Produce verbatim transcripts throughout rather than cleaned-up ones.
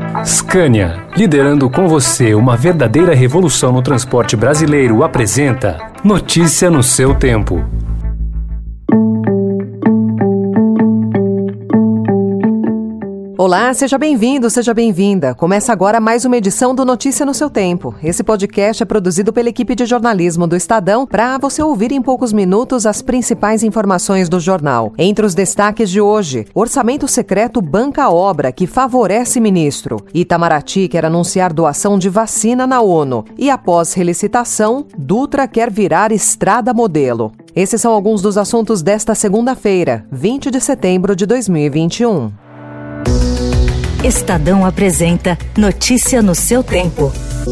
Scania, liderando com você uma verdadeira revolução no transporte brasileiro, apresenta Notícia no seu tempo. Olá, seja bem-vindo, seja bem-vinda. Começa agora mais uma edição do Notícia no seu tempo. Esse podcast é produzido pela equipe de jornalismo do Estadão para você ouvir em poucos minutos as principais informações do jornal. Entre os destaques de hoje, orçamento secreto banca a obra que favorece ministro. Itamaraty quer anunciar doação de vacina na ONU. E após relicitação, Dutra quer virar estrada modelo. Esses são alguns dos assuntos desta segunda-feira, vinte de setembro de dois mil e vinte e um. Estadão apresenta Notícia no seu tempo.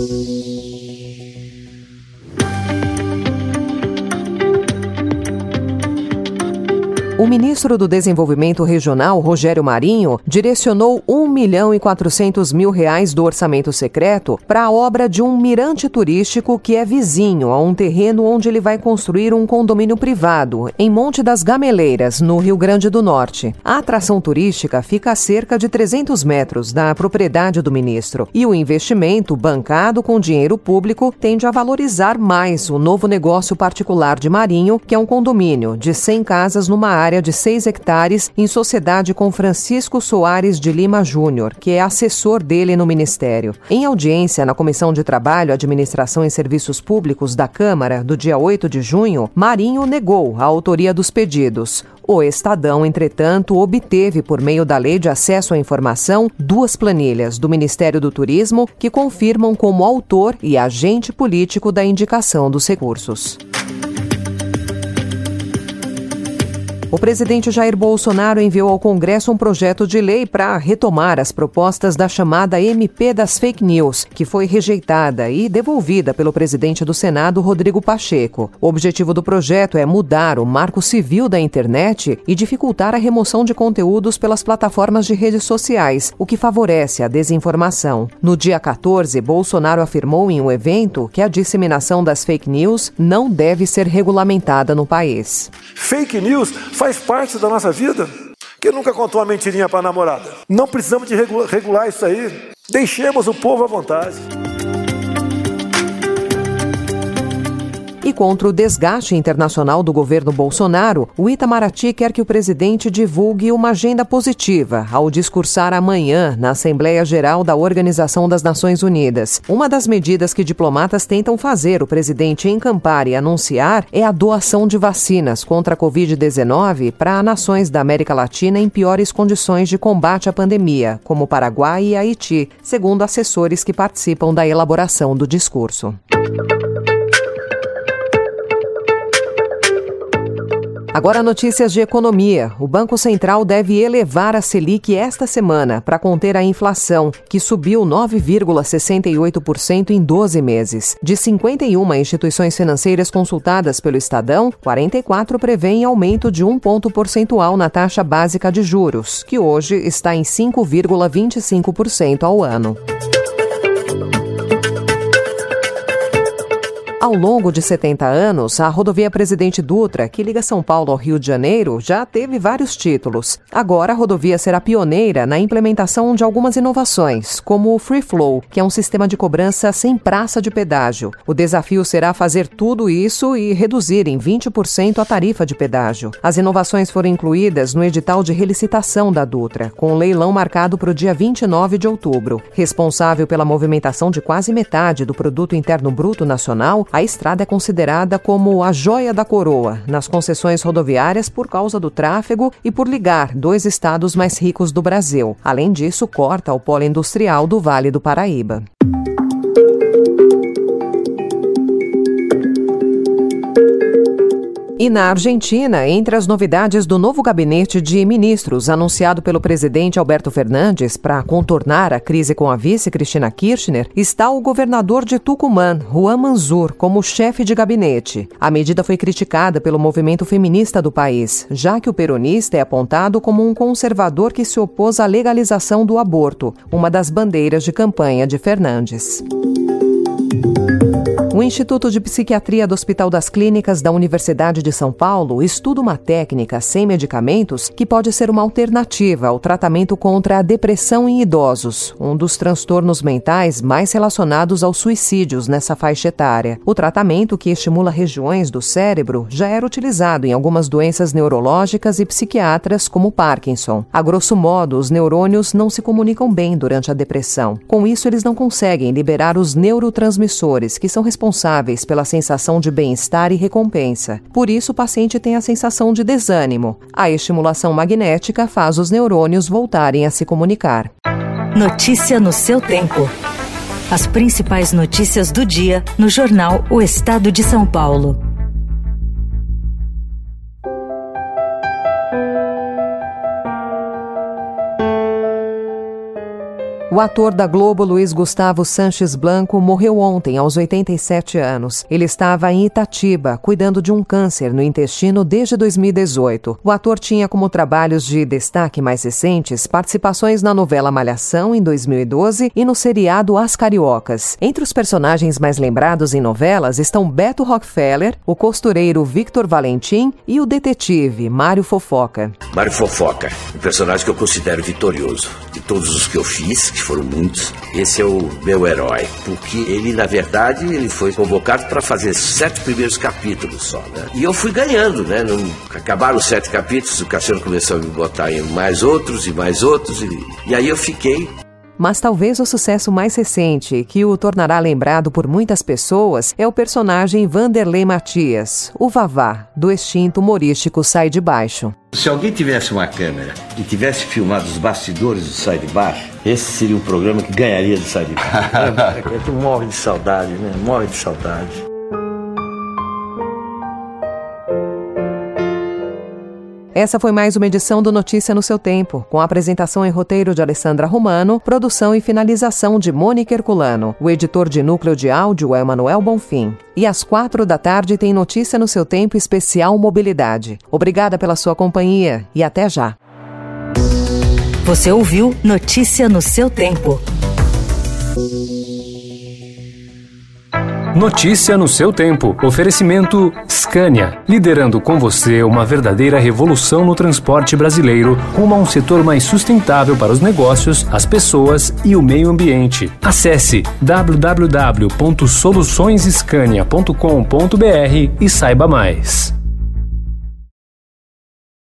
O ministro do Desenvolvimento Regional, Rogério Marinho, direcionou um milhão e quatrocentos mil reais do orçamento secreto para a obra de um mirante turístico que é vizinho a um terreno onde ele vai construir um condomínio privado, em Monte das Gameleiras, no Rio Grande do Norte. A atração turística fica a cerca de trezentos metros da propriedade do ministro e o investimento, bancado com dinheiro público, tende a valorizar mais o novo negócio particular de Marinho, que é um condomínio de cem casas numa área área de seis hectares, em sociedade com Francisco Soares de Lima Júnior, que é assessor dele no Ministério. Em audiência na Comissão de Trabalho, Administração e Serviços Públicos da Câmara, do dia oito de junho, Marinho negou a autoria dos pedidos. O Estadão, entretanto, obteve, por meio da Lei de Acesso à Informação, duas planilhas do Ministério do Turismo que confirmam como autor e agente político da indicação dos recursos. O presidente Jair Bolsonaro enviou ao Congresso um projeto de lei para retomar as propostas da chamada M P das Fake News, que foi rejeitada e devolvida pelo presidente do Senado, Rodrigo Pacheco. O objetivo do projeto é mudar o marco civil da internet e dificultar a remoção de conteúdos pelas plataformas de redes sociais, o que favorece a desinformação. No dia quatorze, Bolsonaro afirmou em um evento que a disseminação das fake news não deve ser regulamentada no país. Fake news faz parte da nossa vida. Quem nunca contou uma mentirinha para a namorada? Não precisamos de regular isso aí. Deixemos o povo à vontade. E contra o desgaste internacional do governo Bolsonaro, o Itamaraty quer que o presidente divulgue uma agenda positiva ao discursar amanhã na Assembleia Geral da Organização das Nações Unidas. Uma das medidas que diplomatas tentam fazer o presidente encampar e anunciar é a doação de vacinas contra a covid dezenove para nações da América Latina em piores condições de combate à pandemia, como Paraguai e Haiti, segundo assessores que participam da elaboração do discurso. Agora notícias de economia. O Banco Central deve elevar a Selic esta semana para conter a inflação, que subiu nove vírgula sessenta e oito por cento em doze meses. De cinquenta e uma instituições financeiras consultadas pelo Estadão, quarenta e quatro prevêem aumento de um ponto percentual na taxa básica de juros, que hoje está em cinco vírgula vinte e cinco por cento ao ano. Ao longo de setenta anos, a rodovia Presidente Dutra, que liga São Paulo ao Rio de Janeiro, já teve vários títulos. Agora, a rodovia será pioneira na implementação de algumas inovações, como o Free Flow, que é um sistema de cobrança sem praça de pedágio. O desafio será fazer tudo isso e reduzir em vinte por cento a tarifa de pedágio. As inovações foram incluídas no edital de relicitação da Dutra, com o leilão marcado para o dia vinte e nove de outubro. Responsável pela movimentação de quase metade do Produto Interno Bruto Nacional, a estrada é considerada como a joia da coroa nas concessões rodoviárias por causa do tráfego e por ligar dois estados mais ricos do Brasil. Além disso, corta o polo industrial do Vale do Paraíba. E na Argentina, entre as novidades do novo gabinete de ministros anunciado pelo presidente Alberto Fernandes para contornar a crise com a vice Cristina Kirchner, está o governador de Tucumã, Juan Manzur, como chefe de gabinete. A medida foi criticada pelo movimento feminista do país, já que o peronista é apontado como um conservador que se opôs à legalização do aborto, uma das bandeiras de campanha de Fernandes. O Instituto de Psiquiatria do Hospital das Clínicas da Universidade de São Paulo estuda uma técnica sem medicamentos que pode ser uma alternativa ao tratamento contra a depressão em idosos, um dos transtornos mentais mais relacionados aos suicídios nessa faixa etária. O tratamento, que estimula regiões do cérebro, já era utilizado em algumas doenças neurológicas e psiquiátricas como Parkinson. A grosso modo, os neurônios não se comunicam bem durante a depressão. Com isso, eles não conseguem liberar os neurotransmissores, que são responsáveis responsáveis pela sensação de bem-estar e recompensa. Por isso, o paciente tem a sensação de desânimo. A estimulação magnética faz os neurônios voltarem a se comunicar. Notícia no seu tempo. As principais notícias do dia no jornal O Estado de São Paulo. O ator da Globo, Luiz Gustavo Sanches Blanco, morreu ontem, aos oitenta e sete anos. Ele estava em Itatiba, cuidando de um câncer no intestino desde dois mil e dezoito. O ator tinha como trabalhos de destaque mais recentes participações na novela Malhação, em dois mil e doze, e no seriado As Cariocas. Entre os personagens mais lembrados em novelas estão Beto Rockefeller, o costureiro Victor Valentim e o detetive Mário Fofoca. Mário Fofoca, um personagem que eu considero vitorioso. De todos os que eu fiz, que foram muitos, esse é o meu herói, porque ele, na verdade, ele foi convocado para fazer sete primeiros capítulos só, né? E eu fui ganhando, né? Não, acabaram os sete capítulos, o Cassiano começou a me botar em mais outros e mais outros, e, e aí eu fiquei. Mas talvez o sucesso mais recente, que o tornará lembrado por muitas pessoas, é o personagem Vanderlei Matias, o Vavá, do extinto humorístico Sai de Baixo. Se alguém tivesse uma câmera e tivesse filmado os bastidores do Sai de Baixo, esse seria um programa que ganharia do Sai de Baixo. É que morre de saudade, né? Morre de saudade. Essa foi mais uma edição do Notícia no seu Tempo, com a apresentação e roteiro de Alessandra Romano, produção e finalização de Mônica Herculano. O editor de núcleo de áudio é Manuel Bonfim. E às quatro da tarde tem Notícia no seu Tempo especial Mobilidade. Obrigada pela sua companhia e até já. Você ouviu Notícia no seu Tempo. Notícia no seu tempo. Oferecimento Scania. Liderando com você uma verdadeira revolução no transporte brasileiro, rumo a um setor mais sustentável para os negócios, as pessoas e o meio ambiente. Acesse w w w ponto soluções scania ponto com ponto b r e saiba mais.